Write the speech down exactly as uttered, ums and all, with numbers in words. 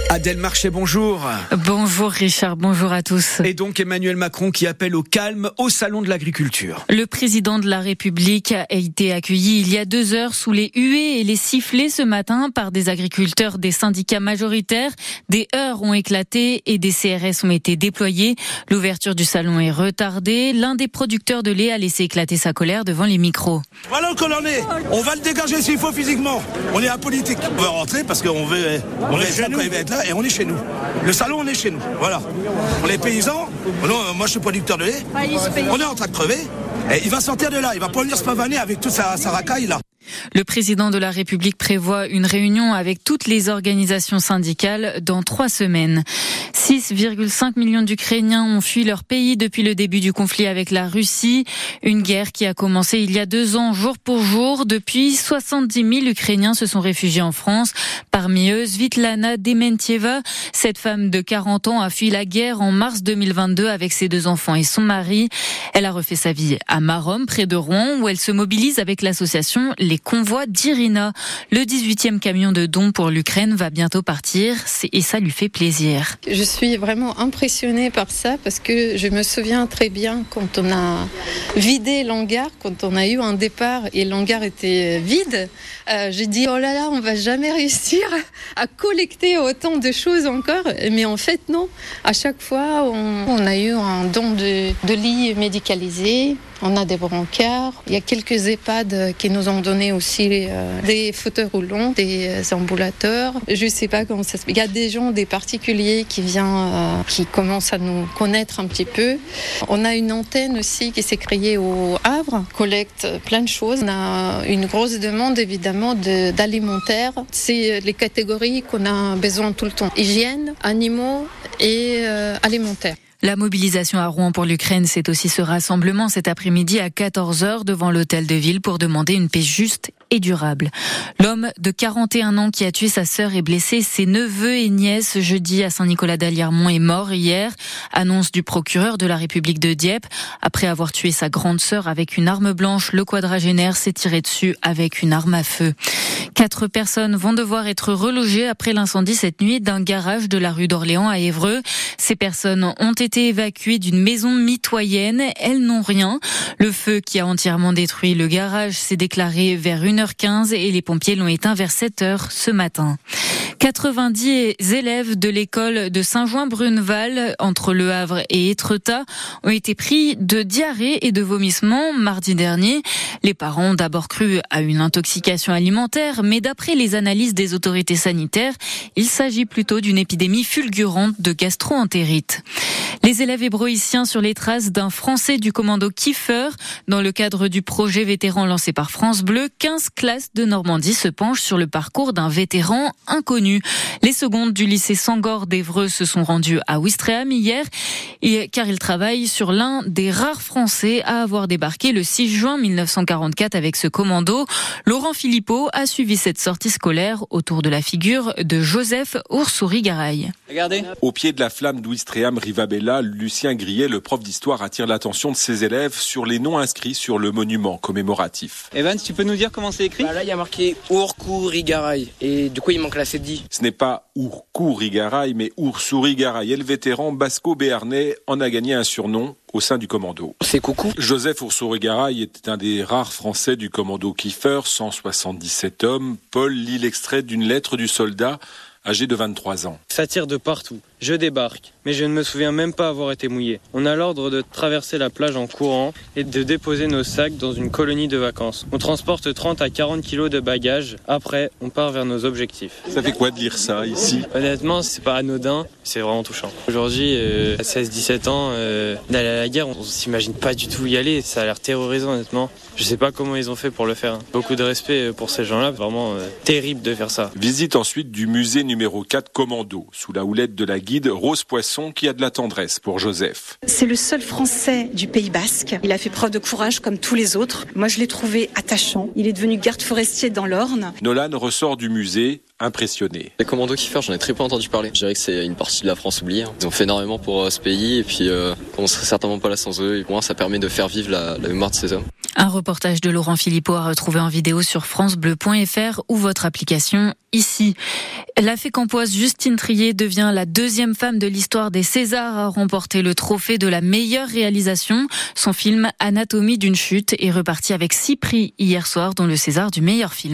Adèle Marchais, bonjour. Bonjour Richard, bonjour à tous. Et donc Emmanuel Macron qui appelle au calme au Salon de l'Agriculture. Le président de la République a été accueilli il y a deux heures sous les huées et les sifflets ce matin par des agriculteurs des syndicats majoritaires. Des heurts ont éclaté et des C R S ont été déployés. L'ouverture du salon est retardée. L'un des producteurs de lait a laissé éclater sa colère devant les micros. Voilà le colonel, on va le dégager s'il faut physiquement. On est apolitique. On va rentrer parce qu'on veut, on, on est chez nous. Il va être là et on est chez nous. Le salon, on est chez nous. Voilà. Pour les paysans, non, moi je suis producteur de lait. On est en train de crever. Et il va sortir de là. Il va pas venir se pavaner avec toute sa, sa racaille là. Le président de la République prévoit une réunion avec toutes les organisations syndicales dans trois semaines. six virgule cinq millions d'Ukrainiens ont fui leur pays depuis le début du conflit avec la Russie. Une guerre qui a commencé il y a deux ans, jour pour jour. Depuis, soixante-dix mille Ukrainiens se sont réfugiés en France. Parmi eux, Svitlana Dementieva. Cette femme de quarante ans a fui la guerre en mars deux mille vingt-deux avec ses deux enfants et son mari. Elle a refait sa vie à Marom, près de Rouen, où elle se mobilise avec l'association Les Convois d'Irina. Le dix-huitième camion de dons pour l'Ukraine va bientôt partir et ça lui fait plaisir. Je suis vraiment impressionnée par ça parce que je me souviens très bien quand on a vidé l'hangar, quand on a eu un départ et l'hangar était vide, euh, j'ai dit oh là là, on va jamais réussir à collecter autant de choses encore. Mais en fait non, à chaque fois on, on a eu un don de, de lits médicalisés. On a des brancards. Il y a quelques EHPAD qui nous ont donné aussi euh, des fauteuils roulants, des ambulateurs. Je ne sais pas comment ça se fait. Il y a des gens, des particuliers qui viennent, euh, qui commencent à nous connaître un petit peu. On a une antenne aussi qui s'est créée au Havre, collecte plein de choses. On a une grosse demande évidemment de, d'alimentaire. C'est les catégories qu'on a besoin tout le temps. Hygiène, animaux et euh, alimentaire. La mobilisation à Rouen pour l'Ukraine, c'est aussi ce rassemblement cet après-midi à quatorze heures devant l'hôtel de ville pour demander une paix juste et durable. L'homme de quarante et un ans qui a tué sa sœur et blessé ses neveux et nièces jeudi à Saint-Nicolas-d'Aliermont est mort hier. Annonce du procureur de la République de Dieppe. Après avoir tué sa grande sœur avec une arme blanche, le quadragénaire s'est tiré dessus avec une arme à feu. Quatre personnes vont devoir être relogées après l'incendie cette nuit d'un garage de la rue d'Orléans à Évreux. Ces personnes ont été évacuées d'une maison mitoyenne. Elles n'ont rien. Le feu qui a entièrement détruit le garage s'est déclaré vers une heure quinze et les pompiers l'ont éteint vers sept heures ce matin. quatre-vingt-dix élèves de l'école de Saint-Jouin-Bruneval, entre Le Havre et Étretat, ont été pris de diarrhée et de vomissements mardi dernier. Les parents ont d'abord cru à une intoxication alimentaire, mais d'après les analyses des autorités sanitaires, il s'agit plutôt d'une épidémie fulgurante de gastro-entérite. Les élèves hébroïciens sur les traces d'un Français du commando Kiefer. Dans le cadre du projet vétéran lancé par France Bleu, quinze classes de Normandie se penchent sur le parcours d'un vétéran inconnu. Les secondes du lycée Sangor d'Évreux se sont rendues à Ouistreham hier, car ils travaillent sur l'un des rares Français à avoir débarqué le six juin mille neuf cent quarante-quatre avec ce commando. Laurent Philippot a suivi cette sortie scolaire autour de la figure de Joseph Oursouri-Garaï. Regardez. Au pied de la flamme d'Ouistreham-Rivabella, Lucien Grillet, le prof d'histoire, attire l'attention de ses élèves sur les noms inscrits sur le monument commémoratif. Evans, tu peux nous dire comment c'est écrit ? Bah là, il y a marqué Oursouri-Garaï. Et du coup, il manque la C D I. Ce n'est pas Oursouri-Garaï, mais Oursouri-Garaï. Et le vétéran basco-béarnais en a gagné un surnom au sein du commando. C'est coucou. Joseph Oursouri-Garaï était un des rares Français du commando Kiefer, cent soixante-dix-sept hommes. Paul lit l'extrait d'une lettre du soldat âgé de vingt-trois ans. Ça tire de partout. Je débarque, mais je ne me souviens même pas avoir été mouillé. On a l'ordre de traverser la plage en courant et de déposer nos sacs dans une colonie de vacances. On transporte trente à quarante kilos de bagages. Après, on part vers nos objectifs. Ça fait quoi de lire ça ici ? Honnêtement, c'est pas anodin, c'est vraiment touchant. Aujourd'hui, euh, à seize dix-sept ans, euh, d'aller à la guerre, on s'imagine pas du tout y aller. Ça a l'air terrorisant, honnêtement. Je sais pas comment ils ont fait pour le faire. Beaucoup de respect pour ces gens-là, vraiment euh, terrible de faire ça. Visite ensuite du musée numéro quatre Commando, sous la houlette de la guide Rose Poisson, qui a de la tendresse pour Joseph. C'est le seul Français du Pays Basque. Il a fait preuve de courage comme tous les autres. Moi, je l'ai trouvé attachant. Il est devenu garde forestier dans l'Orne. Nolan ressort du musée impressionné. Les commandos Kiefer, j'en ai très peu entendu parler. Je dirais que c'est une partie de la France oubliée. Ils ont fait énormément pour euh, ce pays et puis euh, on serait certainement pas là sans eux. Et pour moi, ça permet de faire vivre la, la mémoire de ces hommes. Un reportage de Laurent Philippot à retrouver en vidéo sur francebleu point fr ou votre application ici. La fécampoise Justine Triet devient la deuxième femme de l'histoire des Césars à remporter le trophée de la meilleure réalisation. Son film Anatomie d'une chute est reparti avec six prix hier soir, dont le César du meilleur film.